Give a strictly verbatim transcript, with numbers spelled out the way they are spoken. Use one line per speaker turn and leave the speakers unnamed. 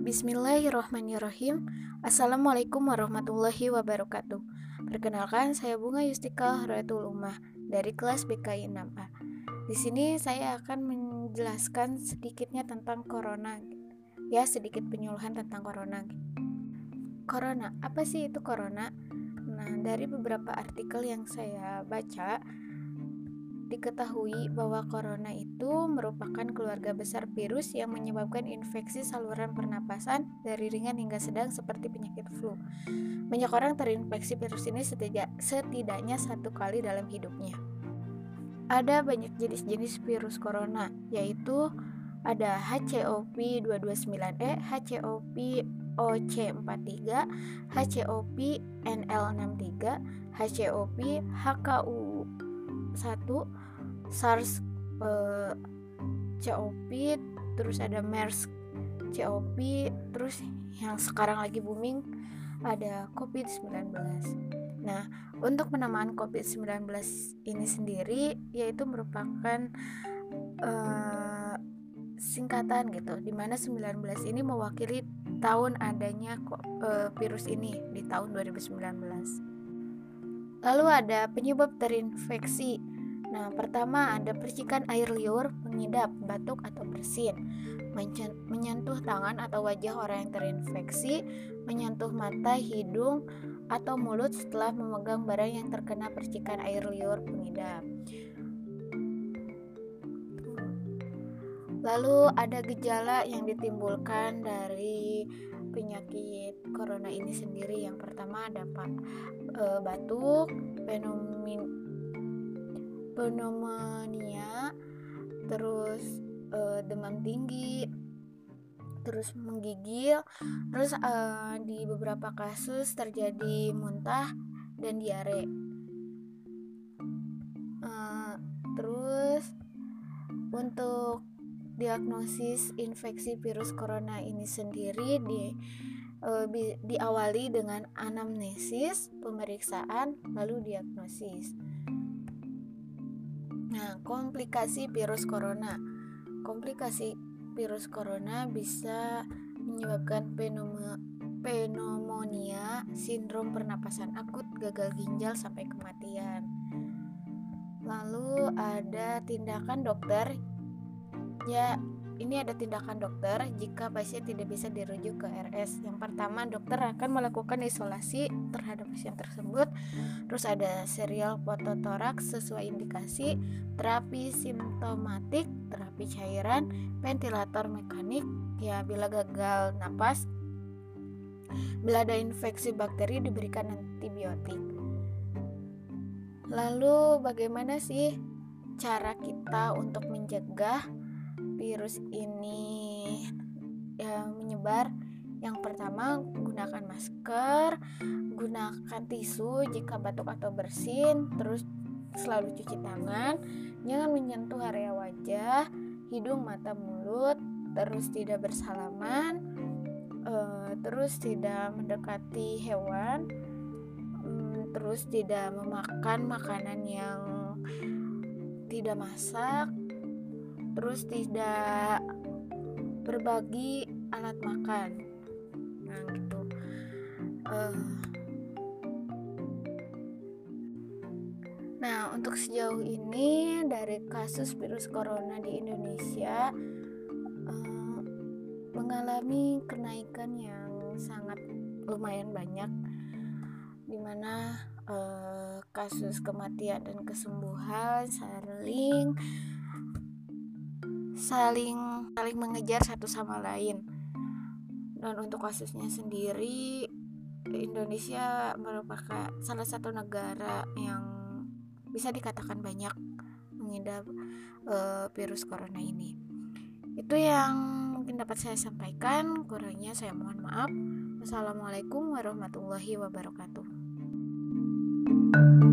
Bismillahirrahmanirrahim. Assalamualaikum warahmatullahi wabarakatuh. Perkenalkan, saya Bunga Yustika Huratul Umah dari kelas B K I enam A. Di sini saya akan menjelaskan sedikitnya tentang corona. Ya, sedikit penyuluhan tentang corona. Corona, apa sih itu corona? Nah, dari beberapa artikel yang saya baca, diketahui bahwa corona itu merupakan keluarga besar virus yang menyebabkan infeksi saluran pernapasan dari ringan hingga sedang seperti penyakit flu. Banyak orang terinfeksi virus ini setidak, setidaknya satu kali dalam hidupnya. Ada banyak jenis-jenis virus corona, yaitu ada H C O V dua dua sembilan E, H C O V O C empat tiga, H C O V N L enam tiga, H C O V H K U satu, SARS eh, C O V, terus ada MERS C O V, terus yang sekarang lagi booming ada covid sembilan belas. Nah, untuk penamaan covid sembilan belas ini sendiri yaitu merupakan eh, singkatan gitu, dimana sembilan belas ini mewakili tahun adanya eh, virus ini di tahun dua ribu sembilan belas. Lalu ada penyebab terinfeksi. Nah, pertama ada percikan air liur, mengidap, batuk atau bersin, menyentuh tangan atau wajah orang yang terinfeksi, menyentuh mata, hidung, atau mulut setelah memegang barang yang terkena percikan air liur pengidap. Lalu ada gejala yang ditimbulkan dari penyakit corona ini sendiri. Yang pertama ada pak e, batuk, pneumonia, pneumonia, terus e, demam tinggi, terus menggigil, terus e, di beberapa kasus terjadi muntah dan diare. E, terus untuk diagnosis infeksi virus corona ini sendiri di e, bi, diawali dengan anamnesis, pemeriksaan, lalu diagnosis. Nah, komplikasi virus corona. Komplikasi virus corona bisa menyebabkan pneumonia, sindrom pernapasan akut, gagal ginjal sampai kematian. Lalu ada tindakan dokter. Ya, ini ada tindakan dokter jika pasien tidak bisa dirujuk ke R S. Yang pertama, dokter akan melakukan isolasi terhadap pasien tersebut. Terus ada serial fototoraks sesuai indikasi, terapi simptomatik, terapi cairan, ventilator mekanik, ya bila gagal napas. Bila ada infeksi bakteri diberikan antibiotik. Lalu bagaimana sih cara kita untuk mencegah virus ini ya, menyebar? Yang pertama, gunakan masker, gunakan tisu jika batuk atau bersin, terus selalu cuci tangan, jangan menyentuh area wajah, hidung, mata, mulut, terus tidak bersalaman, uh, terus tidak mendekati hewan, um, terus tidak memakan makanan yang tidak masak, terus tidak berbagi alat makan. Nah gitu. Uh, nah untuk sejauh ini dari kasus virus corona di Indonesia uh, mengalami kenaikan yang sangat lumayan banyak, dimana uh, kasus kematian dan kesembuhan saling saling saling mengejar satu sama lain. Dan untuk kasusnya sendiri, Indonesia merupakan salah satu negara yang bisa dikatakan banyak mengidap e, virus corona ini. Itu yang mungkin dapat saya sampaikan, kurangnya saya mohon maaf. Wassalamualaikum warahmatullahi wabarakatuh.